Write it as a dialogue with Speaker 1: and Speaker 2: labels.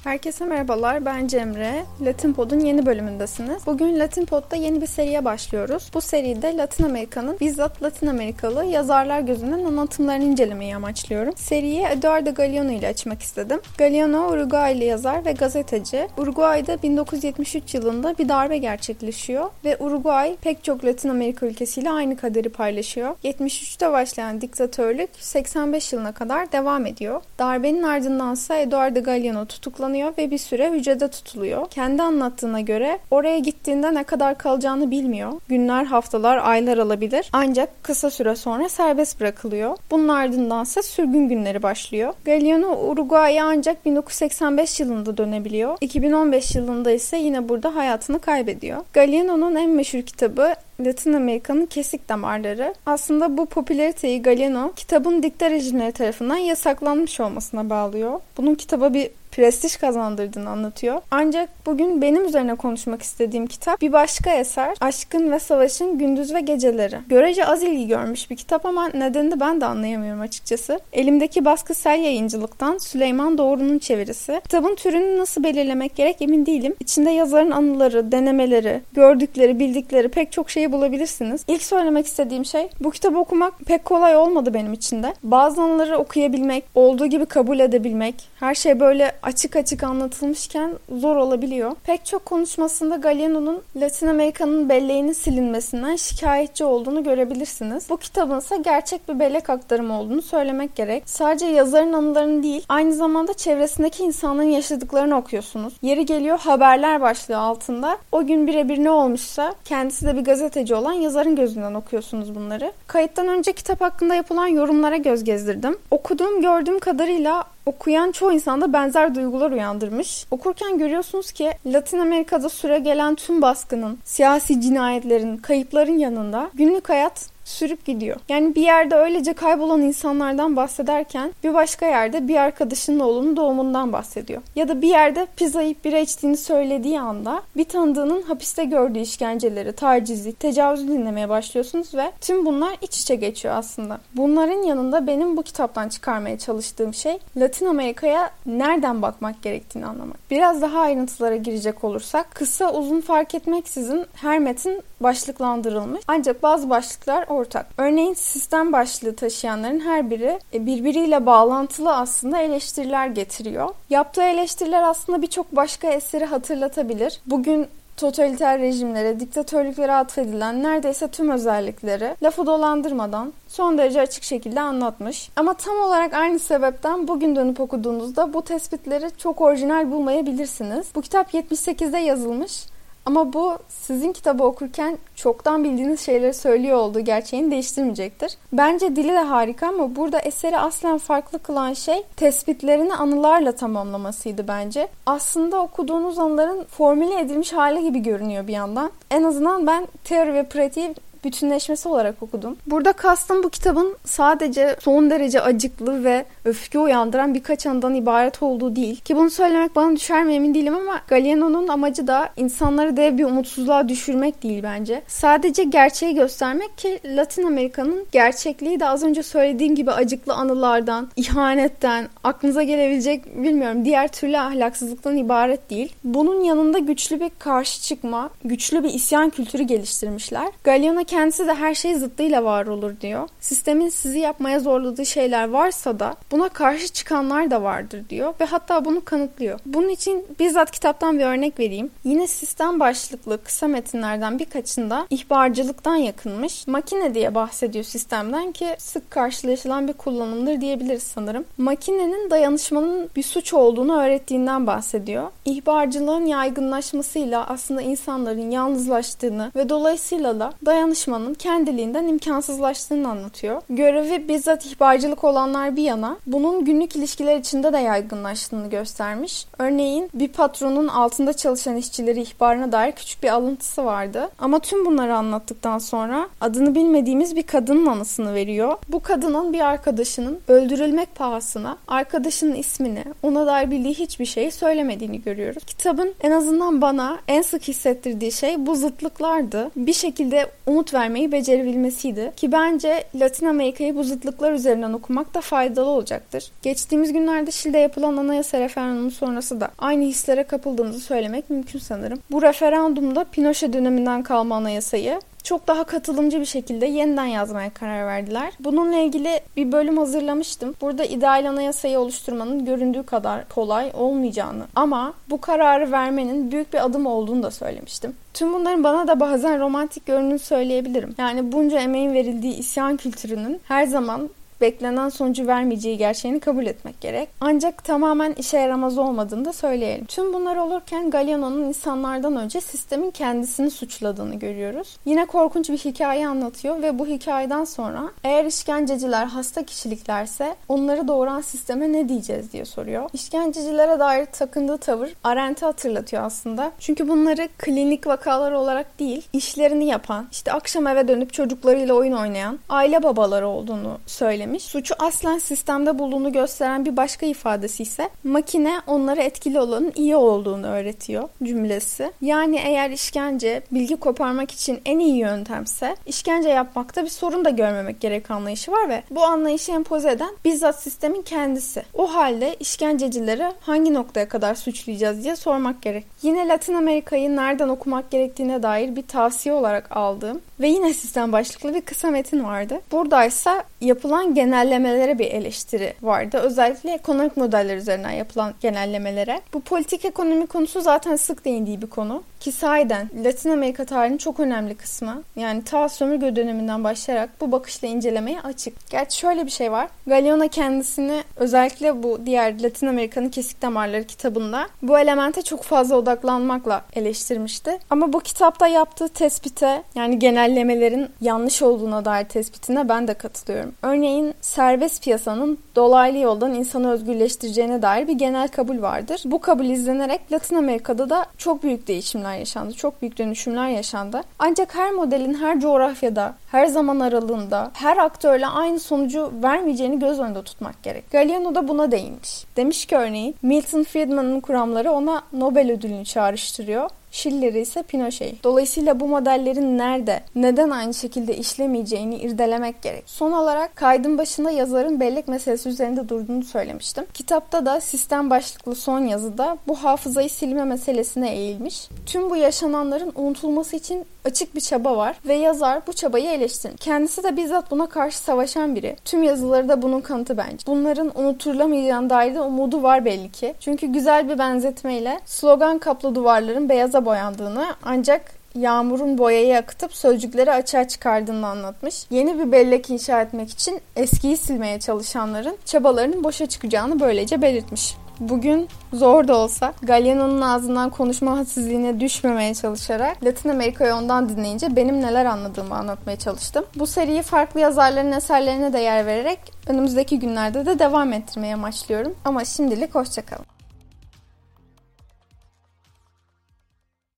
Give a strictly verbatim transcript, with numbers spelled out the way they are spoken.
Speaker 1: Herkese merhabalar, ben Cemre. Latin Pod'un yeni bölümündesiniz. Bugün Latin Pod'da yeni bir seriye başlıyoruz. Bu seride Latin Amerika'nın, bizzat Latin Amerikalı yazarlar gözünden anlatımlarını incelemeyi amaçlıyorum. Seriyi Eduardo Galeano ile açmak istedim. Galeano, Uruguaylı yazar ve gazeteci. Uruguay'da bin dokuz yüz yetmiş üç yılında bir darbe gerçekleşiyor ve Uruguay pek çok Latin Amerika ülkesiyle aynı kaderi paylaşıyor. yetmiş üçte başlayan diktatörlük seksen beş yılına kadar devam ediyor. Darbenin ardındansa Eduardo Galeano tutuklanıyor ve bir süre hücrede tutuluyor. Kendi anlattığına göre oraya gittiğinde ne kadar kalacağını bilmiyor. Günler, haftalar, aylar alabilir. Ancak kısa süre sonra serbest bırakılıyor. Bunun ardındansa sürgün günleri başlıyor. Galeano Uruguay'a ancak bin dokuz yüz seksen beş yılında dönebiliyor. iki bin on beş yılında ise yine burada hayatını kaybediyor. Galeano'nun en meşhur kitabı Latin Amerika'nın Kesik Damarları. Aslında bu popülariteyi Galeano kitabın dikta rejimleri tarafından yasaklanmış olmasına bağlıyor. Bunun kitaba bir prestij kazandırdığını anlatıyor. Ancak bugün benim üzerine konuşmak istediğim kitap bir başka eser. Aşkın ve Savaşın Gündüz ve Geceleri. Görece az ilgi görmüş bir kitap ama nedenini ben de anlayamıyorum açıkçası. Elimdeki baskı Sel Yayıncılık'tan Süleyman Doğru'nun çevirisi. Kitabın türünü nasıl belirlemek gerek emin değilim. İçinde yazarın anıları, denemeleri, gördükleri, bildikleri pek çok şeyi bulabilirsiniz. İlk söylemek istediğim şey, bu kitabı okumak pek kolay olmadı benim için de. Bazı anıları okuyabilmek, olduğu gibi kabul edebilmek, her şey böyle açık açık anlatılmışken zor olabiliyor. Pek çok konuşmasında Galeano'nun Latin Amerika'nın belleğinin silinmesinden şikayetçi olduğunu görebilirsiniz. Bu kitabın ise gerçek bir bellek aktarımı olduğunu söylemek gerek. Sadece yazarın anılarını değil, aynı zamanda çevresindeki insanların yaşadıklarını okuyorsunuz. Yeri geliyor haberler başlığı altında. O gün birebir ne olmuşsa, kendisi de bir gazeteci olan yazarın gözünden okuyorsunuz bunları. Kayıttan önce kitap hakkında yapılan yorumlara göz gezdirdim. Okuduğum, gördüğüm kadarıyla okuyan çoğu insanda benzer duygular uyandırmış. Okurken görüyorsunuz ki Latin Amerika'da süregelen tüm baskının, siyasi cinayetlerin, kayıpların yanında günlük hayat sürüp gidiyor. Yani bir yerde öylece kaybolan insanlardan bahsederken bir başka yerde bir arkadaşının oğlunun doğumundan bahsediyor. Ya da bir yerde pizza yiyip bira içtiğini söylediği anda bir tanıdığının hapiste gördüğü işkenceleri, tacizi, tecavüzü dinlemeye başlıyorsunuz ve tüm bunlar iç içe geçiyor aslında. Bunların yanında benim bu kitaptan çıkarmaya çalıştığım şey Latin Amerika'ya nereden bakmak gerektiğini anlamak. Biraz daha ayrıntılara girecek olursak kısa uzun fark etmeksizin her metin başlıklandırılmış. Ancak bazı başlıklar ortak. Örneğin sistem başlığı taşıyanların her biri birbiriyle bağlantılı aslında eleştiriler getiriyor. Yaptığı eleştiriler aslında birçok başka eseri hatırlatabilir. Bugün totaliter rejimlere, diktatörlüklere atfedilen neredeyse tüm özellikleri lafı dolandırmadan son derece açık şekilde anlatmış. Ama tam olarak aynı sebepten bugün dönüp okuduğunuzda bu tespitleri çok orijinal bulmayabilirsiniz. Bu kitap yetmiş sekizde yazılmış. Ama bu sizin kitabı okurken çoktan bildiğiniz şeyleri söylüyor olduğu gerçeğini değiştirmeyecektir. Bence dili de harika ama burada eseri aslen farklı kılan şey tespitlerini anılarla tamamlamasıydı bence. Aslında okuduğunuz anıların formüle edilmiş hali gibi görünüyor bir yandan. En azından ben teori ve pratiği bütünleşmesi olarak okudum. Burada kastım bu kitabın sadece son derece acıklı ve öfke uyandıran birkaç andan ibaret olduğu değil. Ki bunu söylemek bana düşer mi emin değilim ama Galeano'nun amacı da insanları dev bir umutsuzluğa düşürmek değil bence. Sadece gerçeği göstermek ki Latin Amerika'nın gerçekliği de az önce söylediğim gibi acıklı anılardan, ihanetten, aklınıza gelebilecek bilmiyorum diğer türlü ahlaksızlıktan ibaret değil. Bunun yanında güçlü bir karşı çıkma, güçlü bir isyan kültürü geliştirmişler. Galeano kendisi de her şey zıttıyla var olur diyor. Sistemin sizi yapmaya zorladığı şeyler varsa da buna karşı çıkanlar da vardır diyor ve hatta bunu kanıtlıyor. Bunun için bizzat kitaptan bir örnek vereyim. Yine sistem başlıklı kısa metinlerden birkaçında ihbarcılıktan yakınmış. Makine diye bahsediyor sistemden ki sık karşılaşılan bir kullanımdır diyebiliriz sanırım. Makinenin dayanışmanın bir suç olduğunu öğrettiğinden bahsediyor. İhbarcılığın yaygınlaşmasıyla aslında insanların yalnızlaştığını ve dolayısıyla da dayanışmanın kendiliğinden imkansızlaştığını anlatıyor. Görevi bizzat ihbarcılık olanlar bir yana bunun günlük ilişkiler içinde de yaygınlaştığını göstermiş. Örneğin bir patronun altında çalışan işçileri ihbarına dair küçük bir alıntısı vardı. Ama tüm bunları anlattıktan sonra adını bilmediğimiz bir kadının anısını veriyor. Bu kadının bir arkadaşının öldürülmek pahasına arkadaşının ismini, ona dair bildiği hiçbir şeyi söylemediğini görüyoruz. Kitabın en azından bana en sık hissettirdiği şey bu zıtlıklardı. Bir şekilde umut boyut vermeyi becerebilmesiydi. Ki bence Latin Amerika'yı bu zıtlıklar üzerinden okumak da faydalı olacaktır. Geçtiğimiz günlerde Şili'de yapılan anayasa referandumu sonrası da aynı hislere kapıldığımızı söylemek mümkün sanırım. Bu referandumda Pinochet döneminden kalma anayasayı çok daha katılımcı bir şekilde yeniden yazmaya karar verdiler. Bununla ilgili bir bölüm hazırlamıştım. Burada ideal anayasayı oluşturmanın göründüğü kadar kolay olmayacağını ama bu kararı vermenin büyük bir adım olduğunu da söylemiştim. Tüm bunların bana da bazen romantik göründüğünü söyleyebilirim. Yani bunca emeğin verildiği isyan kültürünün her zaman beklenen sonucu vermeyeceği gerçeğini kabul etmek gerek. Ancak tamamen işe yaramaz olmadığını da söyleyelim. Tüm bunlar olurken Galliano'nun insanlardan önce sistemin kendisini suçladığını görüyoruz. Yine korkunç bir hikaye anlatıyor ve bu hikayeden sonra eğer işkenceciler hasta kişiliklerse onları doğuran sisteme ne diyeceğiz diye soruyor. İşkencecilere dair takındığı tavır Arendt'i hatırlatıyor aslında. Çünkü bunları klinik vakalar olarak değil, işlerini yapan, işte akşam eve dönüp çocuklarıyla oyun oynayan aile babaları olduğunu söylemiş. Suçu aslen sistemde bulduğunu gösteren bir başka ifadesi ise makine onlara etkili olanın iyi olduğunu öğretiyor cümlesi. Yani eğer işkence bilgi koparmak için en iyi yöntemse işkence yapmakta bir sorun da görmemek gerek anlayışı var ve bu anlayışı empoze eden bizzat sistemin kendisi. O halde işkencecileri hangi noktaya kadar suçlayacağız diye sormak gerek. Yine Latin Amerika'yı nereden okumak gerektiğine dair bir tavsiye olarak aldığım ve yine sistem başlıklı bir kısa metin vardı. Buradaysa yapılan genellemelere bir eleştiri vardı. Özellikle ekonomik modeller üzerinden yapılan genellemelere. Bu politik ekonomi konusu zaten sık değindiği bir konu. Ki sahiden Latin Amerika tarihinin çok önemli kısmı. Yani ta sömürge döneminden başlayarak bu bakışla incelemeye açık. Gerçi şöyle bir şey var. Galliano kendisini özellikle bu diğer Latin Amerika'nın Kesik Damarları kitabında bu elemente çok fazla odaklanmakla eleştirmişti. Ama bu kitapta yaptığı tespite, yani genellemelerin yanlış olduğuna dair tespitine ben de katılıyorum. Örneğin serbest piyasanın dolaylı yoldan insanı özgürleştireceğine dair bir genel kabul vardır. Bu kabul izlenerek Latin Amerika'da da çok büyük değişimler yaşandı. Çok büyük dönüşümler yaşandı. Ancak her modelin her coğrafyada, her zaman aralığında, her aktörle aynı sonucu vermeyeceğini göz önünde tutmak gerek. Galliano da buna değinmiş. Demiş ki örneğin Milton Friedman'ın kuramları ona Nobel ödülünü çağrıştırıyor. Schiller'i ise Pinochet. Dolayısıyla bu modellerin nerede, neden aynı şekilde işlemeyeceğini irdelemek gerek. Son olarak kaydın başında yazarın bellek meselesi üzerinde durduğunu söylemiştim. Kitapta da sistem başlıklı son yazıda bu hafızayı silme meselesine eğilmiş. Tüm bu yaşananların unutulması için açık bir çaba var ve yazar bu çabayı eleştirmiş. Kendisi de bizzat buna karşı savaşan biri. Tüm yazıları da bunun kanıtı bence. Bunların unutulamayacağına dair de umudu var belli ki. Çünkü güzel bir benzetmeyle slogan kaplı duvarların beyaza boyandığını ancak yağmurun boyayı akıtıp sözcükleri açığa çıkardığını anlatmış. Yeni bir bellek inşa etmek için eskiyi silmeye çalışanların çabalarının boşa çıkacağını böylece belirtmiş. Bugün zor da olsa Galliano'nun ağzından konuşma hadsizliğine düşmemeye çalışarak Latin Amerika'yı ondan dinleyince benim neler anladığımı anlatmaya çalıştım. Bu seriyi farklı yazarların eserlerine de yer vererek önümüzdeki günlerde de devam ettirmeye amaçlıyorum. Ama şimdilik hoşça kalın.